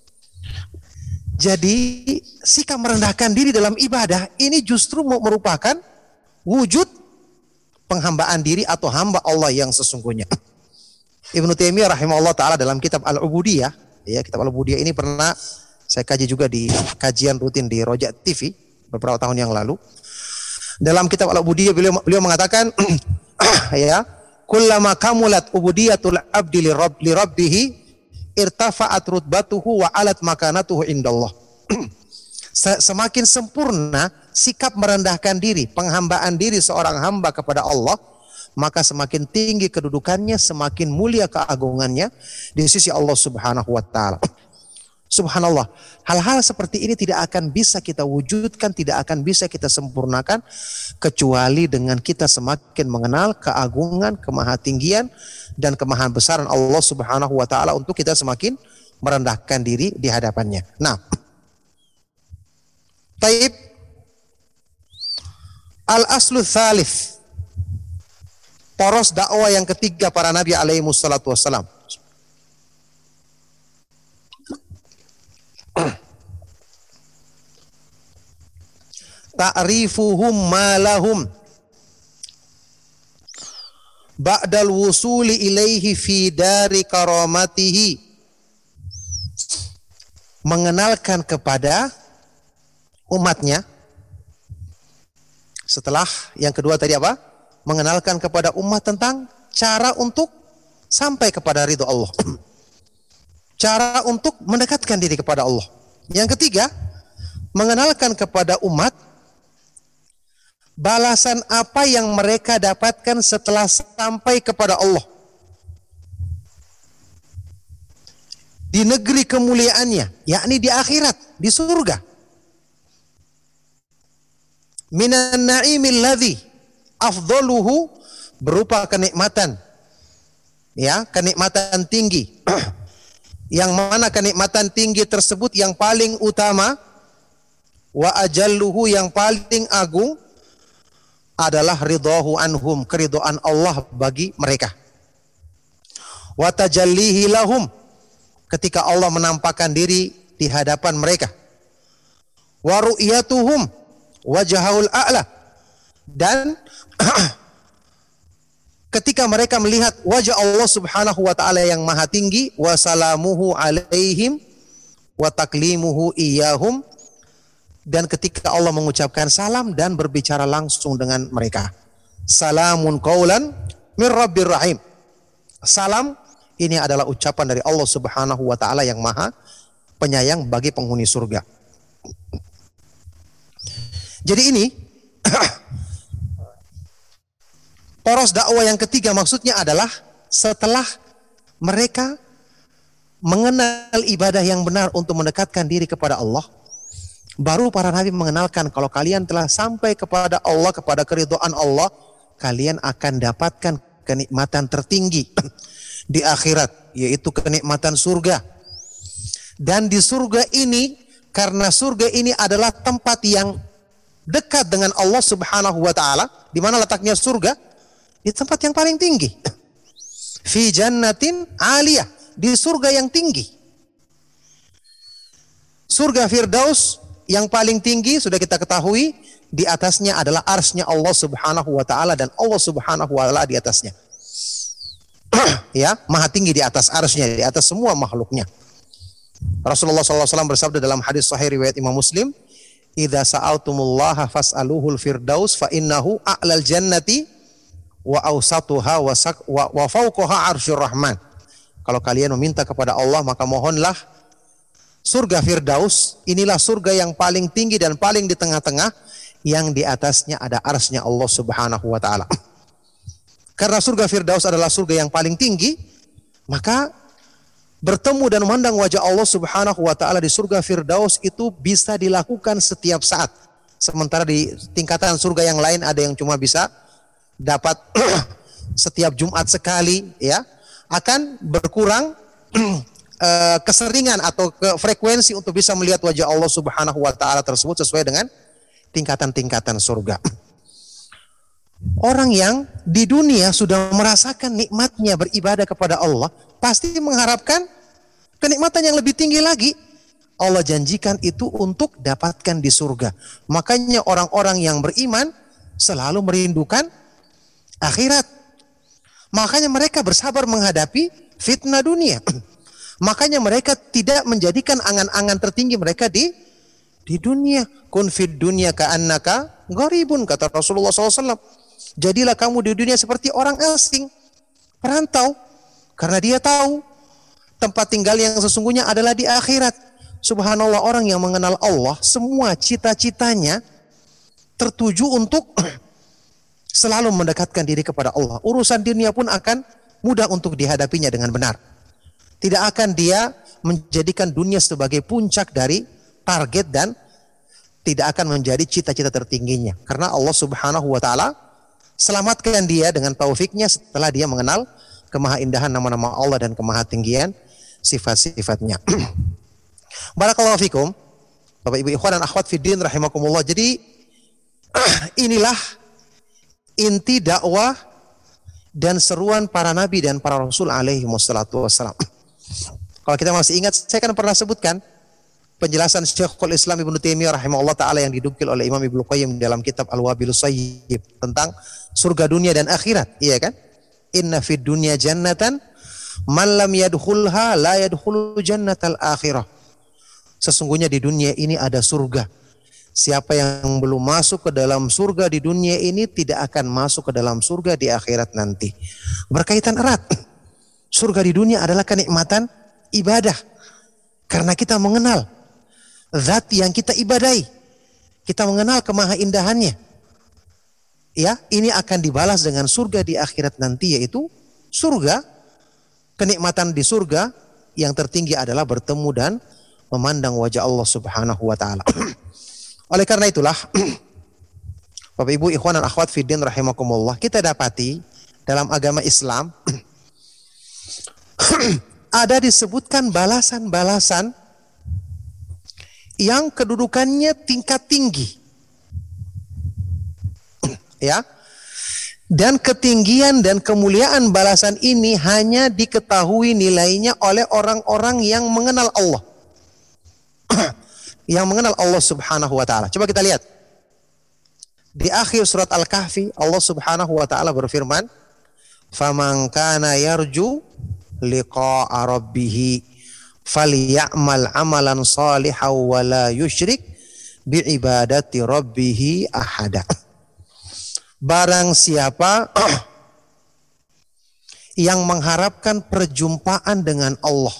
Jadi sikap merendahkan diri dalam ibadah ini justru merupakan wujud penghambaan diri atau hamba Allah yang sesungguhnya. Ibnu Taimiyah rahimahullah taala dalam kitab Al-Ubudiyah, ya, kitab Al-Ubudiyah ini pernah saya kaji juga di kajian rutin di Roja TV beberapa tahun yang lalu. Dalam kitab Al-Ubudiyah beliau mengatakan ya, kullama kamulat ubudiyatul abdi li rabbih irtafa'at rutbatuhu wa alat makanatuhu indallah. Semakin sempurna sikap merendahkan diri, penghambaan diri seorang hamba kepada Allah, maka semakin tinggi kedudukannya, semakin mulia keagungannya di sisi Allah Subhanahu wa taala. Subhanallah, hal-hal seperti ini tidak akan bisa kita wujudkan, tidak akan bisa kita sempurnakan kecuali dengan kita semakin mengenal keagungan, kemahatinggian dan kemahabesaran Allah Subhanahu wa taala untuk kita semakin merendahkan diri di hadapannya. Nah, taib al-aslu tsalits, poros dakwah yang ketiga para nabi alaihi wassalatu wassalam. Ta'rifuhum ma lahum ba'dal wusuli ilaihi fi dari karamatihi, mengenalkan kepada umatnya. Setelah yang kedua tadi apa? Mengenalkan kepada umat tentang cara untuk sampai kepada ridho Allah. Cara untuk mendekatkan diri kepada Allah. Yang ketiga, mengenalkan kepada umat balasan apa yang mereka dapatkan setelah sampai kepada Allah di negeri kemuliaannya, yakni di akhirat, di surga. Minan na'imil ladzi afdaluhu, berupa kenikmatan, ya, kenikmatan tinggi. Yang mana kenikmatan tinggi tersebut yang paling utama, wa ajalluhu, yang paling agung, adalah ridhahu anhum, keridhaan Allah bagi mereka. Wa tajallihi lahum, ketika Allah menampakkan diri di hadapan mereka. Wa ru'yatuhum wajhahul a'la, dan ketika mereka melihat wajah Allah Subhanahu wa taala yang maha tinggi, wa salamuhu alaihim wa taklimuhu iyyahum, dan ketika Allah mengucapkan salam dan berbicara langsung dengan mereka. Salamun qaulan mir rabbir rahim. Salam ini adalah ucapan dari Allah Subhanahu wa taala yang maha penyayang bagi penghuni surga. Jadi ini poros dakwah yang ketiga, maksudnya adalah setelah mereka mengenal ibadah yang benar untuk mendekatkan diri kepada Allah, baru para nabi mengenalkan kalau kalian telah sampai kepada Allah, kepada keridhaan Allah, kalian akan dapatkan kenikmatan tertinggi di akhirat, yaitu kenikmatan surga. Dan di surga ini, karena surga ini adalah tempat yang dekat dengan Allah Subhanahu wa taala, di mana letaknya surga? Di tempat yang paling tinggi. Fi jannatin aliyah, di surga yang tinggi. Surga Firdaus yang paling tinggi sudah kita ketahui, di atasnya adalah arsy-Nya Allah Subhanahu wa taala, dan Allah Subhanahu wa taala di atasnya. Ya, maha tinggi di atas arsy-Nya, di atas semua makhluknya. Rasulullah SAW bersabda dalam hadis sahih riwayat Imam Muslim, "Idza sa'altumullaha fas'aluhul firdaus fa innahu a'lal jannati wa awsatuha wa fawqaha arsyur rahman." Kalau kalian meminta kepada Allah, maka mohonlah surga Firdaus. Inilah surga yang paling tinggi dan paling di tengah-tengah, yang di atasnya ada arsy-Nya Allah Subhanahu wa taala. Karena surga Firdaus adalah surga yang paling tinggi, maka bertemu dan memandang wajah Allah Subhanahu wa taala di surga Firdaus itu bisa dilakukan setiap saat. Sementara di tingkatan surga yang lain ada yang cuma bisa dapat setiap Jumat sekali, ya, akan berkurang keseringan atau frekuensi untuk bisa melihat wajah Allah Subhanahu wa taala tersebut sesuai dengan tingkatan-tingkatan surga. Orang yang di dunia sudah merasakan nikmatnya beribadah kepada Allah, pasti mengharapkan kenikmatan yang lebih tinggi lagi. Allah janjikan itu untuk dapatkan di surga. Makanya orang-orang yang beriman selalu merindukan akhirat. Makanya mereka bersabar menghadapi fitnah dunia. Makanya mereka tidak menjadikan angan-angan tertinggi mereka di dunia. Kun fid dunya ka'annaka gharibun, kata Rasulullah SAW. Jadilah kamu di dunia seperti orang asing, perantau, karena dia tahu tempat tinggal yang sesungguhnya adalah di akhirat. subhanallah, orang yang mengenal Allah, semua cita-citanya tertuju untuk selalu mendekatkan diri kepada Allah. Urusan dunia pun akan mudah untuk dihadapinya dengan benar. Tidak akan dia menjadikan dunia sebagai puncak dari target dan tidak akan menjadi cita-cita tertingginya. Karena Allah subhanahu wa ta'ala selamatkan dia dengan taufiknya setelah dia mengenal kemahaindahan nama-nama Allah dan kemahatinggian sifat-sifatnya. Barakallahu fikum, Bapak Ibu ikhwan dan akhwat fiddin rahimakumullah. Jadi inilah inti dakwah dan seruan para nabi dan para rasul alaihi wassalatu wassalam. Kalau kita masih ingat, saya kan pernah sebutkan penjelasan Syekhul Islam Ibnu Taimiyah rahimahullah taala yang didukil oleh Imam Ibnu Qayyim dalam kitab Al-Wabilus Shayyib tentang surga dunia dan akhirat, iya kan? Inna fid dunya jannatan man lam yadkhulha la yadkhulu jannatal akhirah. Sesungguhnya di dunia ini ada surga. Siapa yang belum masuk ke dalam surga di dunia ini tidak akan masuk ke dalam surga di akhirat nanti. Berkaitan erat. Surga di dunia adalah kenikmatan ibadah. Karena kita mengenal zat yang kita ibadahi. Kita mengenal kemahaindahannya. Ya, ini akan dibalas dengan surga di akhirat nanti, yaitu surga. Kenikmatan di surga yang tertinggi adalah bertemu dan memandang wajah Allah subhanahu wa ta'ala. Oleh karena itulah, Bapak Ibu ikhwan dan akhwat fiddin rahimakumullah, kita dapati dalam agama Islam ada disebutkan balasan-balasan yang kedudukannya tingkat tinggi. Ya. Dan ketinggian dan kemuliaan balasan ini hanya diketahui nilainya oleh orang-orang yang mengenal Allah. Yang mengenal Allah subhanahu wa ta'ala. Coba kita lihat. Di akhir surat Al-Kahfi, Allah subhanahu wa ta'ala berfirman, فَمَنْ كَانَ يَرْجُو لِقَاءَ رَبِّهِ فَلْيَعْمَلْ عَمَلًا صَالِحًا وَلَا يُشْرِكْ بِعِبَادَةِ رَبِّهِ أَحَدًا. Barang siapa yang mengharapkan perjumpaan dengan Allah,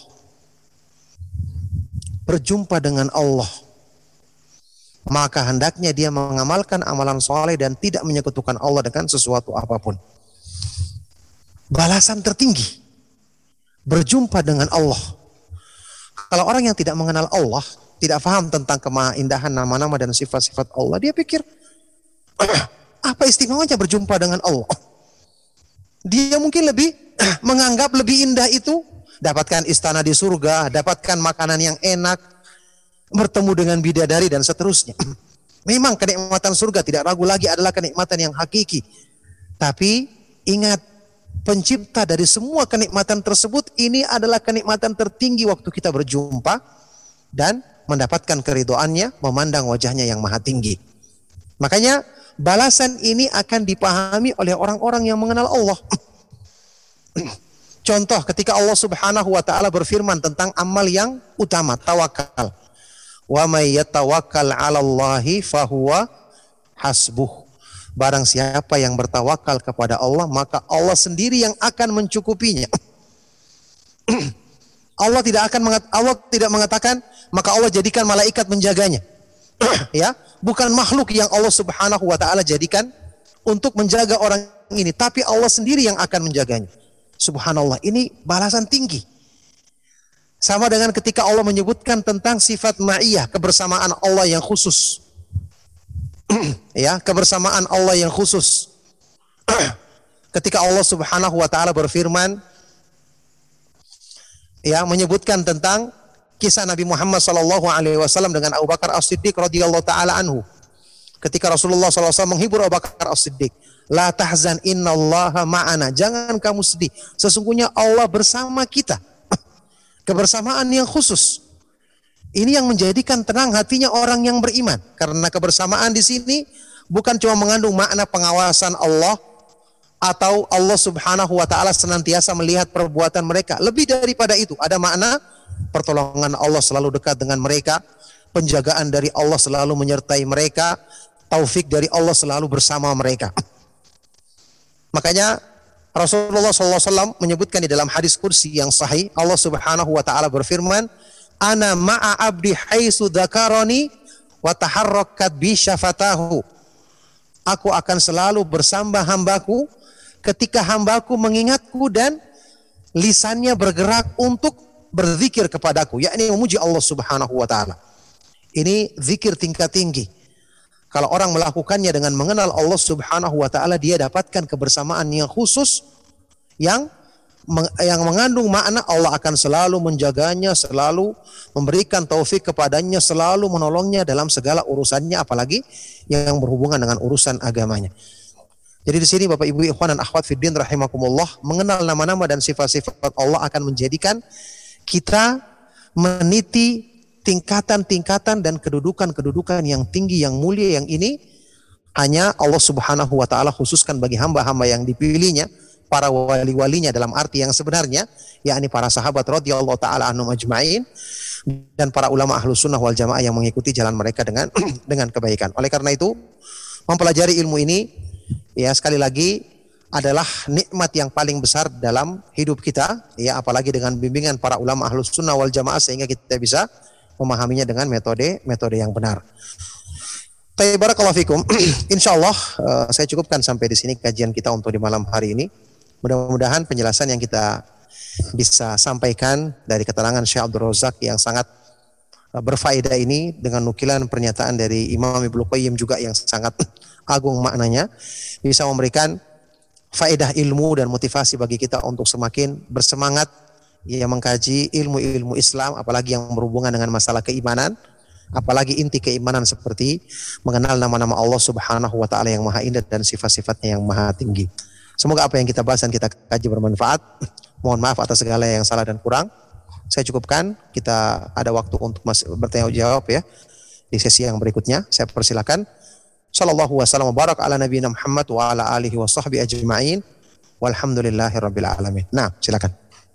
berjumpa dengan Allah, maka hendaknya dia mengamalkan amalan soleh dan tidak menyekutukan Allah dengan sesuatu apapun. Balasan tertinggi, berjumpa dengan Allah. Kalau orang yang tidak mengenal Allah, tidak paham tentang kemahaindahan nama-nama dan sifat-sifat Allah, dia pikir, apa istimewanya berjumpa dengan Allah? Dia mungkin lebih menganggap lebih indah itu dapatkan istana di surga, dapatkan makanan yang enak, bertemu dengan bidadari dan seterusnya. Memang kenikmatan surga tidak ragu lagi adalah kenikmatan yang hakiki. Tapi ingat, pencipta dari semua kenikmatan tersebut ini adalah kenikmatan tertinggi waktu kita berjumpa dan mendapatkan keridhoannya, memandang wajahnya yang maha tinggi. Makanya balasan ini akan dipahami oleh orang-orang yang mengenal Allah. Contoh ketika Allah subhanahu wa ta'ala berfirman tentang amal yang utama, tawakal. Wa may yatawakkal 'alallahi fahuwa hasbuh. Barang siapa yang bertawakal kepada Allah, maka Allah sendiri yang akan mencukupinya. Allah tidak mengatakan maka Allah jadikan malaikat menjaganya. Ya, bukan makhluk yang Allah subhanahu wa ta'ala jadikan untuk menjaga orang ini, tapi Allah sendiri yang akan menjaganya. Subhanallah, ini balasan tinggi. Sama dengan ketika Allah menyebutkan tentang sifat ma'iyah, kebersamaan Allah yang khusus. Ya, kebersamaan Allah yang khusus. Ketika Allah subhanahu wa ta'ala berfirman, ya, menyebutkan tentang kisah Nabi Muhammad SAW dengan Abu Bakar As-Siddiq radhiyallahu ta'ala anhu. Ketika Rasulullah SAW menghibur Abu Bakar As-Siddiq, la tahzan innallaha ma'ana, jangan kamu sedih, sesungguhnya Allah bersama kita. Kebersamaan yang khusus. Ini yang menjadikan tenang hatinya orang yang beriman, karena kebersamaan di sini bukan cuma mengandung makna pengawasan Allah atau Allah subhanahu wa ta'ala senantiasa melihat perbuatan mereka. Lebih daripada itu, ada makna pertolongan Allah selalu dekat dengan mereka, penjagaan dari Allah selalu menyertai mereka, taufik dari Allah selalu bersama mereka. Makanya Rasulullah SAW menyebutkan di dalam hadis kursi yang sahih, Allah subhanahu wa ta'ala berfirman, ana ma'a abdi haitsu dzakarani wa taharrakat bi syafatahu. Aku akan selalu bersama hambaku ketika hambaku mengingatku dan lisannya bergerak untuk berzikir kepadaku, yakni memuji Allah Subhanahu wa taala. Ini zikir tingkat tinggi. Kalau orang melakukannya dengan mengenal Allah Subhanahu wa taala, dia dapatkan kebersamaan yang khusus yang mengandung makna Allah akan selalu menjaganya, selalu memberikan taufik kepadanya, selalu menolongnya dalam segala urusannya, apalagi yang berhubungan dengan urusan agamanya. Jadi di sini Bapak Ibu ikhwan dan akhwat fiddin rahimakumullah, mengenal nama-nama dan sifat-sifat Allah akan menjadikan kita meniti tingkatan-tingkatan dan kedudukan-kedudukan yang tinggi, yang mulia, yang ini hanya Allah Subhanahu wa taala khususkan bagi hamba-hamba yang dipilihnya, para wali-walinya dalam arti yang sebenarnya, yakni para sahabat radhiyallahu taala anhum ajma'in dan para ulama ahlus sunnah wal jamaah yang mengikuti jalan mereka dengan dengan kebaikan. Oleh karena itu, mempelajari ilmu ini ya sekali lagi adalah nikmat yang paling besar dalam hidup kita, ya apalagi dengan bimbingan para ulama ahlus sunnah wal jamaah sehingga kita bisa memahaminya dengan metode yang benar. Barakallahu fikum. Insyaallah saya cukupkan sampai di sini kajian kita untuk di malam hari ini. Mudah-mudahan penjelasan yang kita bisa sampaikan dari keterangan Syekh Abdul Razak yang sangat berfaedah ini dengan nukilan pernyataan dari Imam Ibnu Qayyim juga yang sangat agung maknanya, bisa memberikan faedah ilmu dan motivasi bagi kita untuk semakin bersemangat ya mengkaji ilmu-ilmu Islam, apalagi yang berhubungan dengan masalah keimanan, apalagi inti keimanan seperti mengenal nama-nama Allah Subhanahu wa taala yang maha indah dan sifat-sifatnya yang maha tinggi. Semoga apa yang kita bahas dan kita kaji bermanfaat. Mohon maaf atas segala yang salah dan kurang. Saya cukupkan, kita ada waktu untuk bertanya jawab ya di sesi yang berikutnya. Saya persilakan. Sallallahu wasallam wa barak ala nabiyina Muhammad wa ala alihi wa sahbihi ajma'in. Walhamdulillahirabbil alamin. Nah, silakan.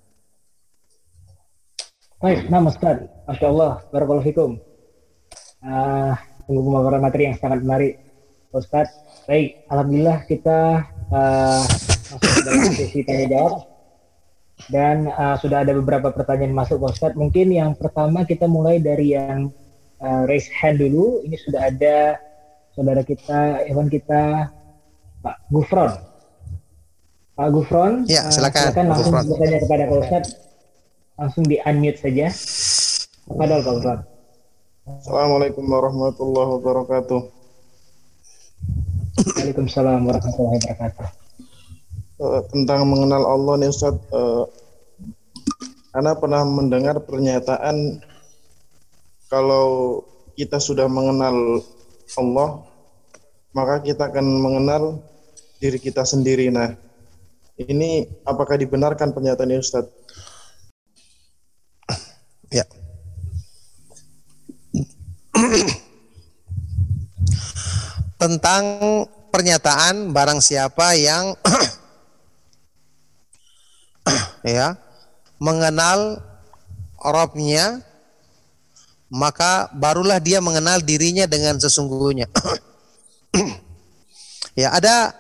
Baik, nama Ustaz. Masya Allah, barakallahu fikum. Tunggu pemaparan materi yang sangat menarik, Ustaz. Baik, alhamdulillah kita masuk dalam sesi tanya jawab dan sudah ada beberapa pertanyaan masuk, Ustaz. Mungkin yang pertama kita mulai dari yang raise hand dulu. Ini sudah ada saudara kita, Iwan kita, Pak Gufron. Pak Gufron, ya, silakan langsung Gufron bertanya kepada Pak Ustaz. Langsung di-unmute saja. Padahal Pak Ustaz. Assalamualaikum warahmatullahi wabarakatuh. Waalaikumsalam warahmatullahi wabarakatuh. Tentang mengenal Allah nih Ustaz, Ana pernah mendengar pernyataan kalau kita sudah mengenal Allah, maka kita akan mengenal diri kita sendiri. Nah, ini apakah dibenarkan pernyataan ini Ustaz? Ya. Tentang pernyataan barang siapa yang ya mengenal Rabb-nya, maka barulah dia mengenal dirinya dengan sesungguhnya. Ya, ada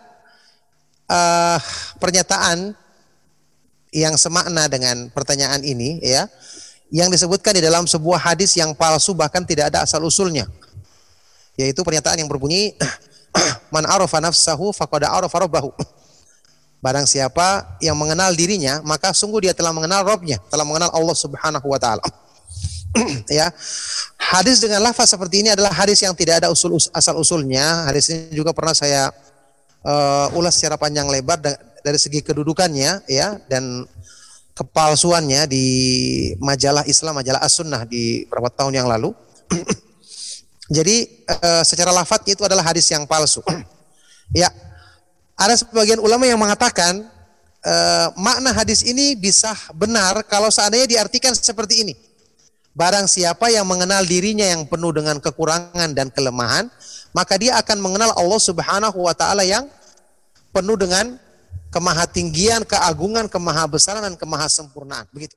pernyataan yang semakna dengan pertanyaan ini ya, yang disebutkan di dalam sebuah hadis yang palsu, bahkan tidak ada asal usulnya, yaitu pernyataan yang berbunyi man arafa nafsahu faqad arafa rabbahu. Barang siapa yang mengenal dirinya, maka sungguh dia telah mengenal Rabb-nya, telah mengenal Allah Subhanahu wa taala. Ya. Hadis dengan lafaz seperti ini adalah hadis yang tidak ada asal usulnya. Hadis ini juga pernah saya ulas secara panjang lebar dari segi kedudukannya ya dan kepalsuannya di majalah Islam, majalah As-Sunnah di beberapa tahun yang lalu. Jadi secara lafadznya itu adalah hadis yang palsu. Ya, ada sebagian ulama yang mengatakan makna hadis ini bisa benar kalau seandainya diartikan seperti ini. Barang siapa yang mengenal dirinya yang penuh dengan kekurangan dan kelemahan, maka dia akan mengenal Allah Subhanahu wa taala yang penuh dengan kemahatinggian, keagungan, kemahabesaran dan kemahasempurnaan. Begitu.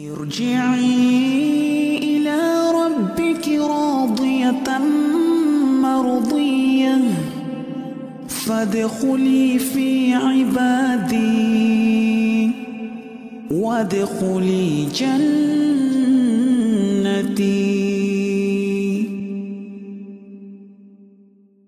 Irji'i ila rabbiki radiyatan mardiyah fadkhuli fi ibadi wadkhuli jannati أمتي